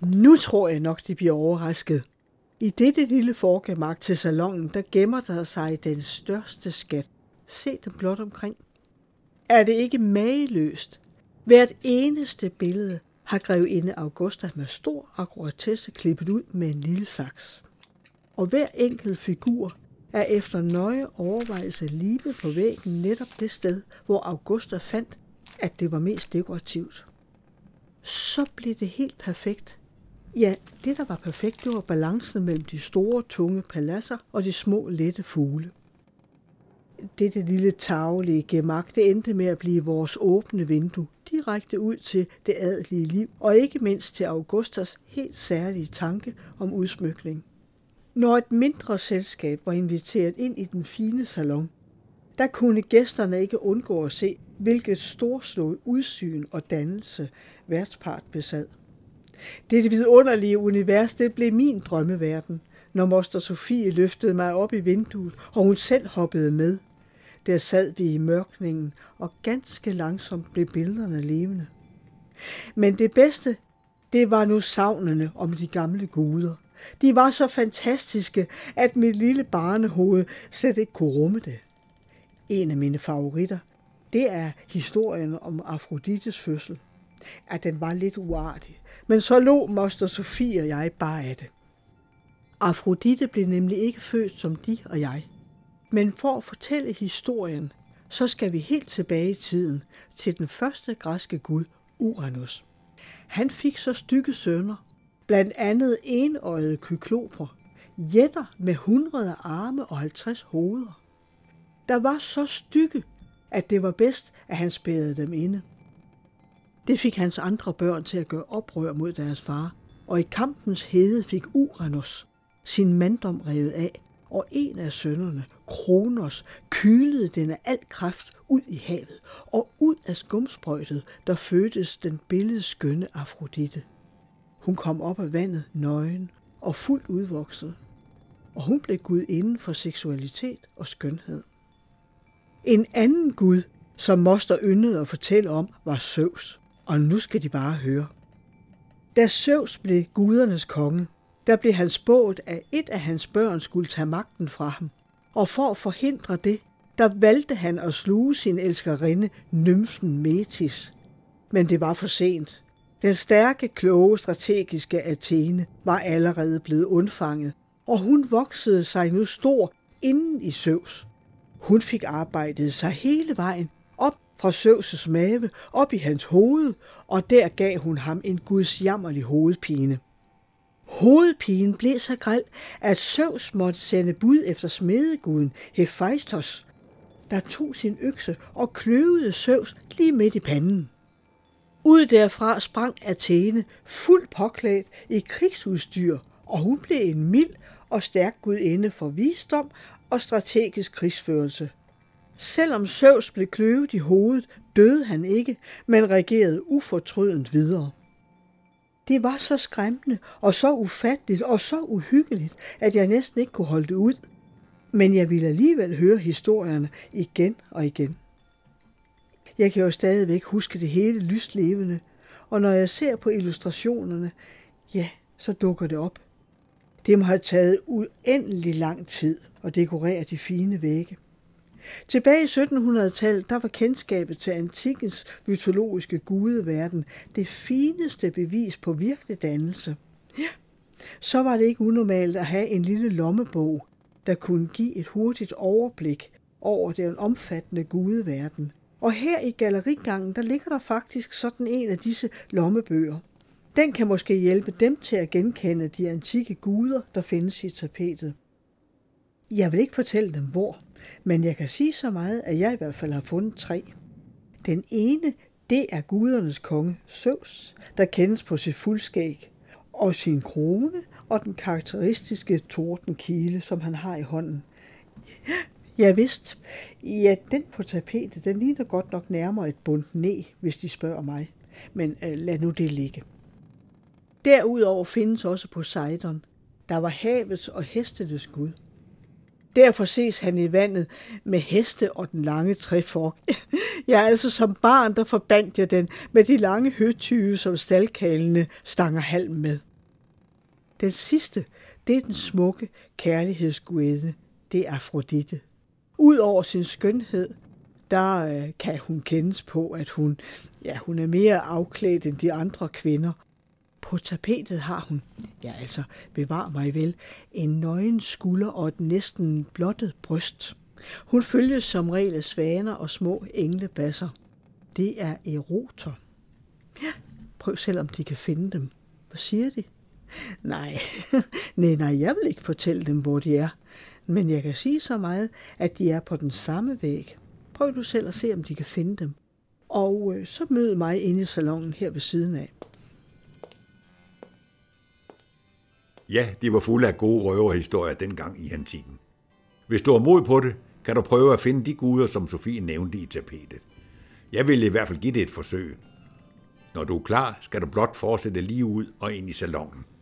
Nu tror jeg nok, de bliver overrasket. I dette lille forgemak til salonen, der gemmer der sig den største skat. Se dem blot omkring. Er det ikke mageløst? Hvert eneste billede har grevinde Augusta med stor akkuratesse klippet ud med en lille saks. Og hver enkelt figur er efter nøje overvejelse limet på væggen netop det sted, hvor Augusta fandt, at det var mest dekorativt. Så blev det helt perfekt. Ja, det der var perfekt, det var balancen mellem de store, tunge paladser og de små, lette fugle. Dette lille tarvelige gemak, det endte med at blive vores åbne vindue, direkte ud til det adelige liv, og ikke mindst til Augustas helt særlige tanke om udsmykning. Når et mindre selskab var inviteret ind i den fine salon, der kunne gæsterne ikke undgå at se, hvilket storslået udsyn og dannelse værtspart besad. Dette vidunderlige univers, det blev min drømmeverden, når moster Sofie løftede mig op i vinduet, og hun selv hoppede med. Der sad vi i mørkningen, og ganske langsomt blev billederne levende. Men det bedste, det var nu savnene om de gamle guder. De var så fantastiske, at mit lille barnehoved slet ikke kunne rumme det. En af mine favoritter, det er historien om Afrodites fødsel. At den var lidt uartig, men så lå moster Sofie og jeg bare af det. Afrodite blev nemlig ikke født som de og jeg. Men for at fortælle historien, så skal vi helt tilbage i tiden til den første græske gud, Uranus. Han fik så stygge sønner, blandt andet enøjede kykloper, jætter med 100 arme og 50 hoveder. Der var så stygge, at det var bedst, at han spærrede dem inde. Det fik hans andre børn til at gøre oprør mod deres far, og i kampens hede fik Uranus sin manddom revet af, og en af sønnerne, Kronos, kylede den af al kraft ud i havet, og ud af skumsprøjtet, der fødtes den billedskønne Afrodite. Hun kom op af vandet nøgen og fuldt udvokset, og hun blev gudinde for seksualitet og skønhed. En anden gud, som moster yndede at fortælle om, var Zeus, og nu skal de bare høre. Da Zeus blev gudernes konge, der blev han spået, at et af hans børn skulle tage magten fra ham, og for at forhindre det, der valgte han at sluge sin elskerinde, nymfen Metis. Men det var for sent. Den stærke, kloge, strategiske Athene var allerede blevet undfanget, og hun voksede sig nu stor inden i Zeus. Hun fik arbejdet sig hele vejen op fra Zeus' mave, op i hans hoved, og der gav hun ham en gudsjammerlig hovedpine. Hovedpinen blev så grel, at Zeus måtte sende bud efter smedeguden Hephaistos, der tog sin økse og kløvede Zeus lige midt i panden. Ud derfra sprang Athene fuldt påklædt i krigsudstyr, og hun blev en mild og stærk gudinde for visdom og strategisk krigsførelse. Selvom Zeus blev kløvet i hovedet, døde han ikke, men regerede ufortrødent videre. Det var så skræmmende og så ufatteligt og så uhyggeligt, at jeg næsten ikke kunne holde det ud. Men jeg ville alligevel høre historierne igen og igen. Jeg kan jo stadigvæk huske det hele lyslevende, og når jeg ser på illustrationerne, ja, så dukker det op. Det må have taget uendelig lang tid at dekorere de fine vægge. Tilbage i 1700-tallet, der var kendskabet til antikkens mytologiske gudeverden det fineste bevis på virkelig dannelse. Ja. Så var det ikke unormalt at have en lille lommebog, der kunne give et hurtigt overblik over den omfattende gudeverden. Og her i gallerigangen, der ligger der faktisk sådan en af disse lommebøger. Den kan måske hjælpe dem til at genkende de antikke guder, der findes i tapetet. Jeg vil ikke fortælle dem hvor, men jeg kan sige så meget, at jeg i hvert fald har fundet 3. Den ene, det er gudernes konge, Zeus, der kendes på sit fuldskæg, og sin krone og den karakteristiske tordenkile, som han har i hånden. Ja, vist. Ja, den på tapetet, den ligner godt nok nærmere et bundt næ, hvis de spørger mig. Men lad nu det ligge. Derudover findes også Poseidon, der var havets og hestenes gud. Derfor ses han i vandet med heste og den lange træfork. Ja, altså som barn, der forbandt jeg den med de lange høtyve, som staldkalene stanger halm med. Den sidste, det er den smukke kærlighedsgudinde, det er Afrodite. Udover sin skønhed, der kan hun kendes på, at hun er mere afklædt end de andre kvinder. På tapetet har hun, bevar mig vel, en nøgen skulder og et næsten blottet bryst. Hun følges som regel af svaner og små englebasser. Det er eroter. Ja, prøv selv om de kan finde dem. Hvad siger de? Nej, jeg vil ikke fortælle dem, hvor de er. Men jeg kan sige så meget, at de er på den samme væg. Prøv du selv at se, om de kan finde dem. Og så mød mig inde i salonen her ved siden af. Ja, de var fulde af gode røverhistorier dengang i antikken. Hvis du har mod på det, kan du prøve at finde de guder, som Sofie nævnte i tapetet. Jeg vil i hvert fald give det et forsøg. Når du er klar, skal du blot fortsætte lige ud og ind i salonen.